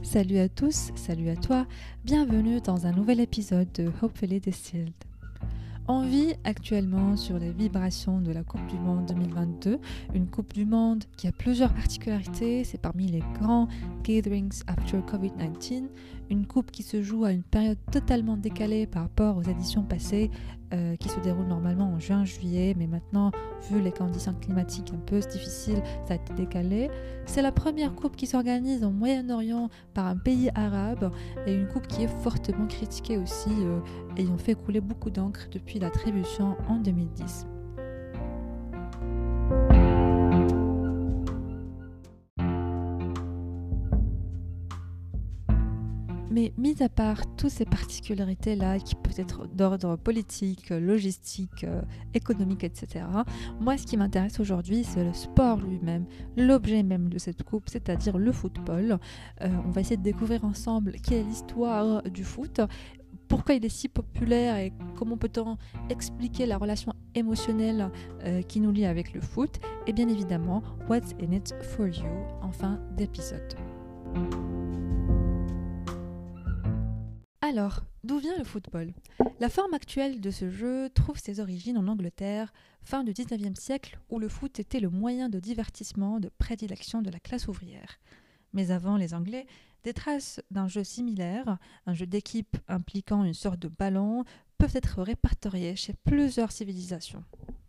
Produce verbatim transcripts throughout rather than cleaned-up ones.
Salut à tous, salut à toi, bienvenue dans un nouvel épisode de Hopefully Distilled. On vit actuellement sur les vibrations de la Coupe du Monde deux mille vingt-deux, une Coupe du Monde qui a plusieurs particularités, c'est parmi les grands gatherings after covid dix-neuf, une coupe qui se joue à une période totalement décalée par rapport aux éditions passées euh, qui se déroulent normalement en juin-juillet, mais maintenant, vu les conditions climatiques un peu difficiles, ça a été décalé. C'est la première coupe qui s'organise au Moyen-Orient par un pays arabe et une coupe qui est fortement critiquée aussi, euh, ayant fait couler beaucoup d'encre depuis l'attribution en deux mille dix. Mais mis à part toutes ces particularités-là, qui peuvent être d'ordre politique, logistique, euh, économique, et cetera, moi, ce qui m'intéresse aujourd'hui, c'est le sport lui-même, l'objet même de cette coupe, c'est-à-dire le football. Euh, on va essayer de découvrir ensemble quelle est l'histoire du foot, pourquoi il est si populaire et comment peut-on expliquer la relation émotionnelle euh, qui nous lie avec le foot, et bien évidemment, what's in it for you en fin d'épisode. Alors, d'où vient le football ? La forme actuelle de ce jeu trouve ses origines en Angleterre, fin du dix-neuvième siècle, où le foot était le moyen de divertissement de prédilection de la classe ouvrière. Mais avant les Anglais, des traces d'un jeu similaire, un jeu d'équipe impliquant une sorte de ballon, peuvent être répertoriées chez plusieurs civilisations.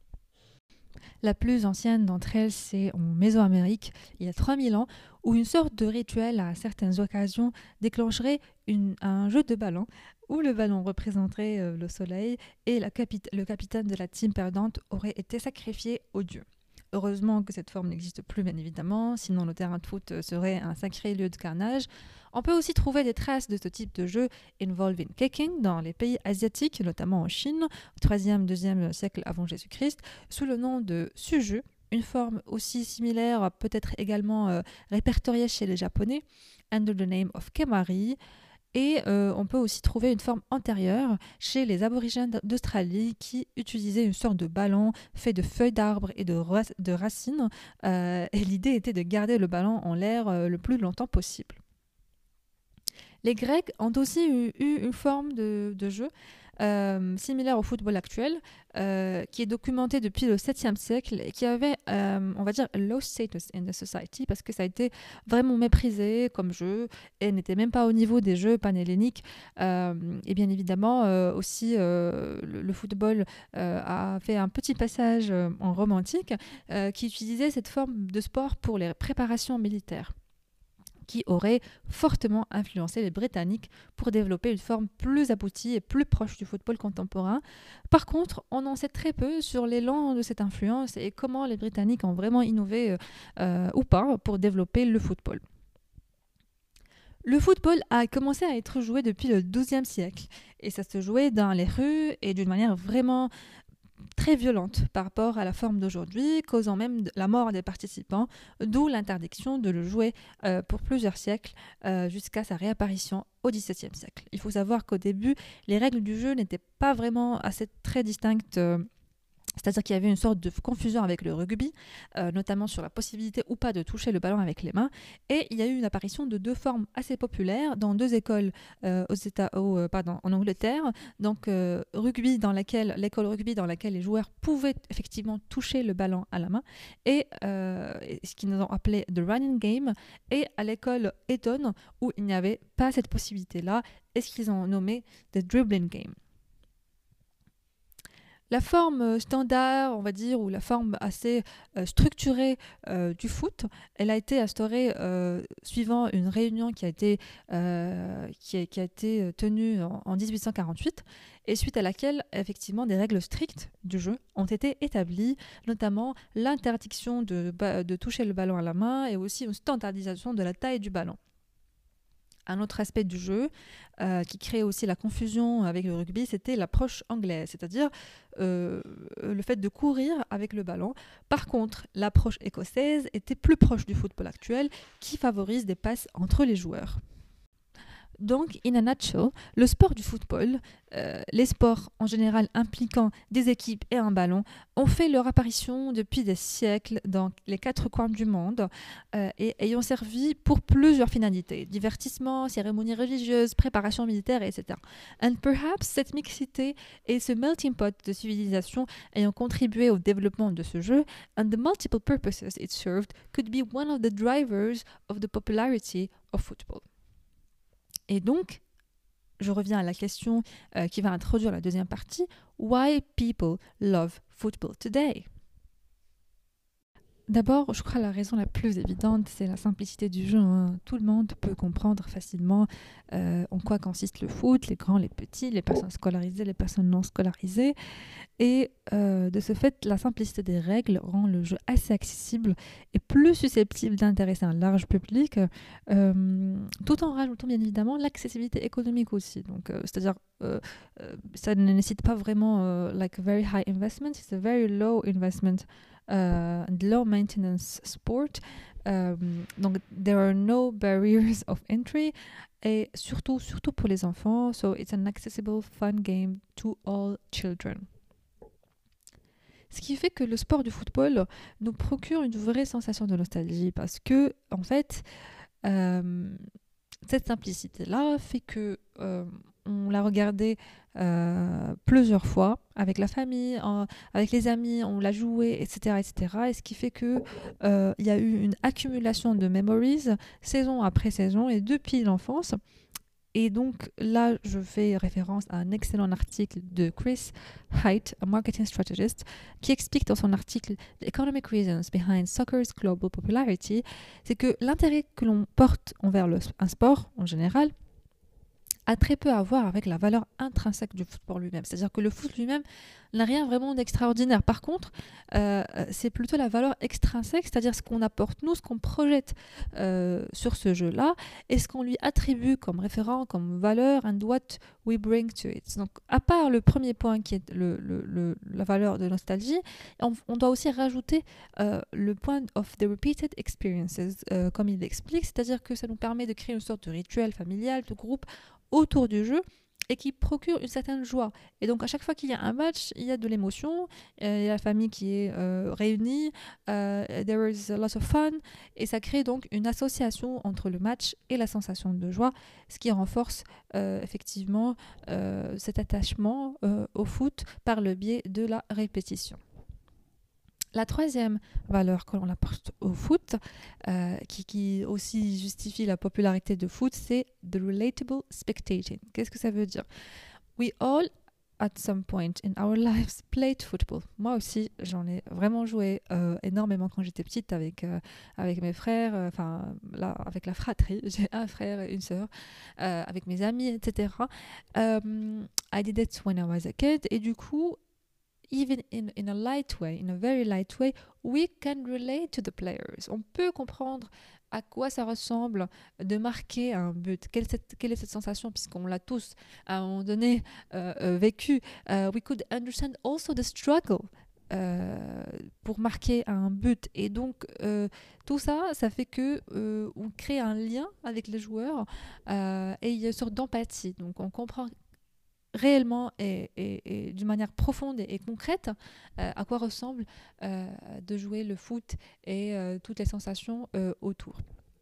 La plus ancienne d'entre elles, c'est en Mésoamérique, il y a trois mille ans, où une sorte de rituel à certaines occasions déclencherait une, un jeu de ballon, où le ballon représenterait euh, le soleil et la capita- le capitaine de la team perdante aurait été sacrifié aux dieux. Heureusement que cette forme n'existe plus, bien évidemment, sinon le terrain de foot serait un sacré lieu de carnage. On peut aussi trouver des traces de ce type de jeu involving kicking dans les pays asiatiques, notamment en Chine, au troisième deuxième siècle avant Jésus-Christ, sous le nom de suju, une forme aussi similaire, peut-être également euh, répertoriée chez les Japonais, under the name of kemari. Et euh, on peut aussi trouver une forme antérieure chez les aborigènes d'Australie qui utilisaient une sorte de ballon fait de feuilles d'arbres et de, ra- de racines. Euh, et l'idée était de garder le ballon en l'air euh, le plus longtemps possible. Les Grecs ont aussi eu, eu une forme de, de jeu euh, similaire au football actuel, euh, qui est documentée depuis le septième siècle et qui avait, euh, on va dire, low status in the society parce que ça a été vraiment méprisé comme jeu et n'était même pas au niveau des jeux panhelléniques. Euh, et bien évidemment, euh, aussi, euh, le, le football euh, a fait un petit passage euh, en romantique euh, qui utilisait cette forme de sport pour les préparations militaires, qui aurait fortement influencé les Britanniques pour développer une forme plus aboutie et plus proche du football contemporain. Par contre, on en sait très peu sur l'élan de cette influence et comment les Britanniques ont vraiment innové euh, ou pas pour développer le football. Le football a commencé à être joué depuis le douzième siècle et ça se jouait dans les rues et d'une manière vraiment très violente par rapport à la forme d'aujourd'hui, causant même la mort des participants, d'où l'interdiction de le jouer euh, pour plusieurs siècles euh, jusqu'à sa réapparition au dix-septième siècle. Il faut savoir qu'au début, les règles du jeu n'étaient pas vraiment assez très distinctes. Euh, C'est-à-dire qu'il y avait une sorte de confusion avec le rugby, euh, notamment sur la possibilité ou pas de toucher le ballon avec les mains. Et il y a eu une apparition de deux formes assez populaires dans deux écoles euh, aux États, au, euh, pardon, en Angleterre. Donc euh, rugby dans laquelle, l'école rugby dans laquelle les joueurs pouvaient effectivement toucher le ballon à la main, et euh, ce qu'ils nous ont appelé the running game, et à l'école Eton où il n'y avait pas cette possibilité-là, et ce qu'ils ont nommé the dribbling game. La forme standard, on va dire, ou la forme assez euh, structurée euh, du foot, elle a été instaurée euh, suivant une réunion qui a été, euh, qui a, qui a été tenue en, en dix-huit cent quarante-huit et suite à laquelle, effectivement, des règles strictes du jeu ont été établies, notamment l'interdiction de, de toucher le ballon à la main et aussi une standardisation de la taille du ballon. Un autre aspect du jeu euh, qui crée aussi la confusion avec le rugby, c'était l'approche anglaise, c'est-à-dire euh, le fait de courir avec le ballon. Par contre, l'approche écossaise était plus proche du football actuel qui favorise des passes entre les joueurs. Donc, in a nutshell, le sport du football, euh, les sports en général impliquant des équipes et un ballon, ont fait leur apparition depuis des siècles dans les quatre coins du monde euh, et ayant servi pour plusieurs finalités, divertissement, cérémonies religieuses, préparation militaire, et cetera. And perhaps cette mixité et ce melting pot de civilisation ayant contribué au développement de ce jeu, and the multiple purposes it served could be one of the drivers of the popularity of football. Et donc, je reviens à la question euh, qui va introduire la deuxième partie. Why people love football today? D'abord, je crois la raison la plus évidente, c'est la simplicité du jeu. Hein. Tout le monde peut comprendre facilement euh, en quoi consiste le foot, les grands, les petits, les personnes scolarisées, les personnes non scolarisées. Et euh, de ce fait, la simplicité des règles rend le jeu assez accessible et plus susceptible d'intéresser un large public, euh, tout en rajoutant bien évidemment l'accessibilité économique aussi. Donc, euh, c'est-à-dire, euh, euh, ça ne nécessite pas vraiment euh, like a very high investment, it's a very low investment. Uh, and low maintenance sport. Um, donc, there are no barriers of entry. Et surtout, surtout pour les enfants, so it's an accessible, fun game to all children. Ce qui fait que le sport du football nous procure une vraie sensation de nostalgie parce que, en fait, euh, cette simplicité-là fait que euh, on l'a regardé euh, plusieurs fois avec la famille, en, avec les amis, on l'a joué, et cetera, et cetera. Et ce qui fait que euh, il y a eu une accumulation de memories saison après saison et depuis l'enfance. Et donc là, je fais référence à un excellent article de Chris Hite, un marketing strategist, qui explique dans son article The Economic Reasons Behind Soccer's Global Popularity, c'est que l'intérêt que l'on porte envers le, un sport en général a très peu à voir avec la valeur intrinsèque du football lui-même. C'est-à-dire que le foot lui-même n'a rien vraiment d'extraordinaire. Par contre, euh, c'est plutôt la valeur extrinsèque, c'est-à-dire ce qu'on apporte nous, ce qu'on projette euh, sur ce jeu-là, et ce qu'on lui attribue comme référent, comme valeur, and what we bring to it. Donc, à part le premier point qui est le, le, le, la valeur de nostalgie, on, on doit aussi rajouter euh, le point of the repeated experiences, euh, comme il l'explique, c'est-à-dire que ça nous permet de créer une sorte de rituel familial, de groupe, autour du jeu et qui procure une certaine joie. Et donc à chaque fois qu'il y a un match, il y a de l'émotion, euh, il y a la famille qui est euh, réunie, euh, there is a lot of fun, et ça crée donc une association entre le match et la sensation de joie, ce qui renforce euh, effectivement euh, cet attachement euh, au foot par le biais de la répétition. La troisième valeur que l'on apporte au foot, euh, qui, qui aussi justifie la popularité de foot, c'est the relatable spectating. Qu'est-ce que ça veut dire? We all, at some point in our lives, played football. Moi aussi, j'en ai vraiment joué euh, énormément quand j'étais petite avec, euh, avec mes frères, enfin, euh, là, avec la fratrie. J'ai un frère et une sœur, euh, avec mes amis, et cetera. Um, I did it when I was a kid. Et du coup, even in, in a light way, in a very light way, we can relate to the players. On peut comprendre à quoi ça ressemble de marquer un but. Quelle, cette, quelle est cette sensation, puisqu'on l'a tous à un moment donné euh, euh, vécu. Uh, we could understand also the struggle euh, pour marquer un but. Et donc, euh, tout ça, ça fait que euh, on crée un lien avec les joueurs euh, et il y a une sorte d'empathie. Donc, on comprend réellement et, et, et d'une manière profonde et, et concrète euh, à quoi ressemble euh, de jouer le foot et euh, toutes les sensations euh, autour.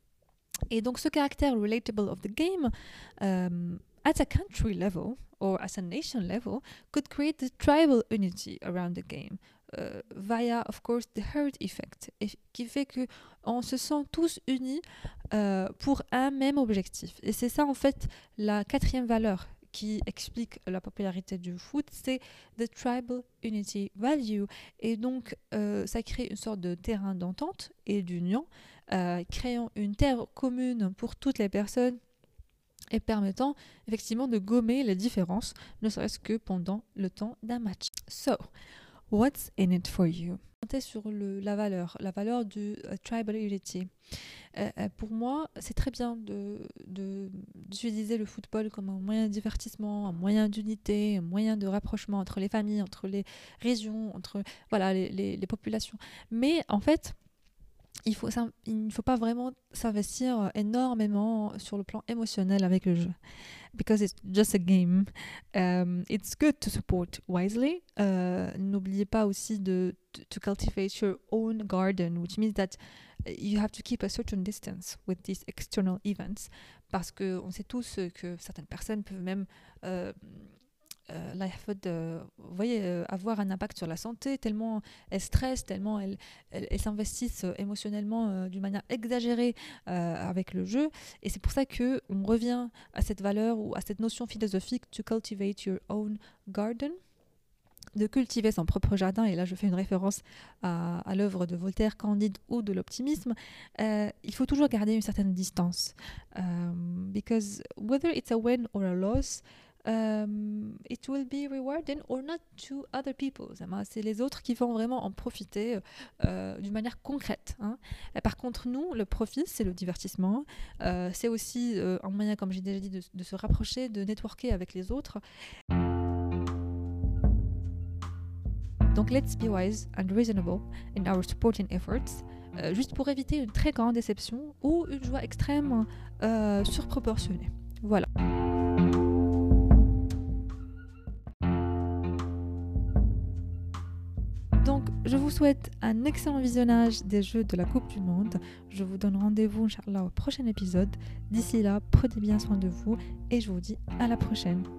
Et donc ce caractère relatable of the game um, at a country level or as a nation level could create the tribal unity around the game uh, via of course the herd effect, et qui fait que on se sent tous unis euh, pour un même objectif. Et c'est ça en fait la quatrième valeur qui explique la popularité du foot, c'est the tribal unity value. Et donc, euh, ça crée une sorte de terrain d'entente et d'union, euh, créant une terre commune pour toutes les personnes et permettant effectivement de gommer les différences, ne serait-ce que pendant le temps d'un match. So, what's in it for you? Sur le, la valeur, la valeur du uh, tribal unity. Euh, euh, pour moi, c'est très bien de, de, d'utiliser le football comme un moyen de divertissement, un moyen d'unité, un moyen de rapprochement entre les familles, entre les régions, entre voilà, les, les, les populations. Mais en fait, il faut s'in- il ne faut pas vraiment s'investir énormément sur le plan émotionnel avec le jeu. Because it's just a game. Um, it's good to support wisely. Euh, n'oubliez pas aussi de to, to cultivate your own garden, which means that you have to keep a certain distance with these external events. Parce qu'on sait tous que certaines personnes peuvent même euh, euh, de, vous voyez, euh, avoir un impact sur la santé, tellement elles stressent, tellement elles, elles, elles s'investissent euh, émotionnellement euh, d'une manière exagérée euh, avec le jeu. Et c'est pour ça qu'on revient à cette valeur ou à cette notion philosophique to cultivate your own garden, de cultiver son propre jardin. Et là, je fais une référence à, à l'œuvre de Voltaire, Candide ou de l'optimisme. Euh, il faut toujours garder une certaine distance. Um, because whether it's a win or a loss, Um, it will be rewarding or not to other people. C'est les autres qui vont vraiment en profiter euh, d'une manière concrète. Hein. Par contre, nous, le profit, c'est le divertissement. Euh, c'est aussi euh, un moyen, comme j'ai déjà dit, de, de se rapprocher, de networker avec les autres. Donc, let's be wise and reasonable in our supporting efforts. Euh, juste pour éviter une très grande déception ou une joie extrême euh, surproportionnée. Voilà. Donc, je vous souhaite un excellent visionnage des Jeux de la Coupe du Monde. Je vous donne rendez-vous, Inch'Allah, au prochain épisode. D'ici là, prenez bien soin de vous et je vous dis à la prochaine.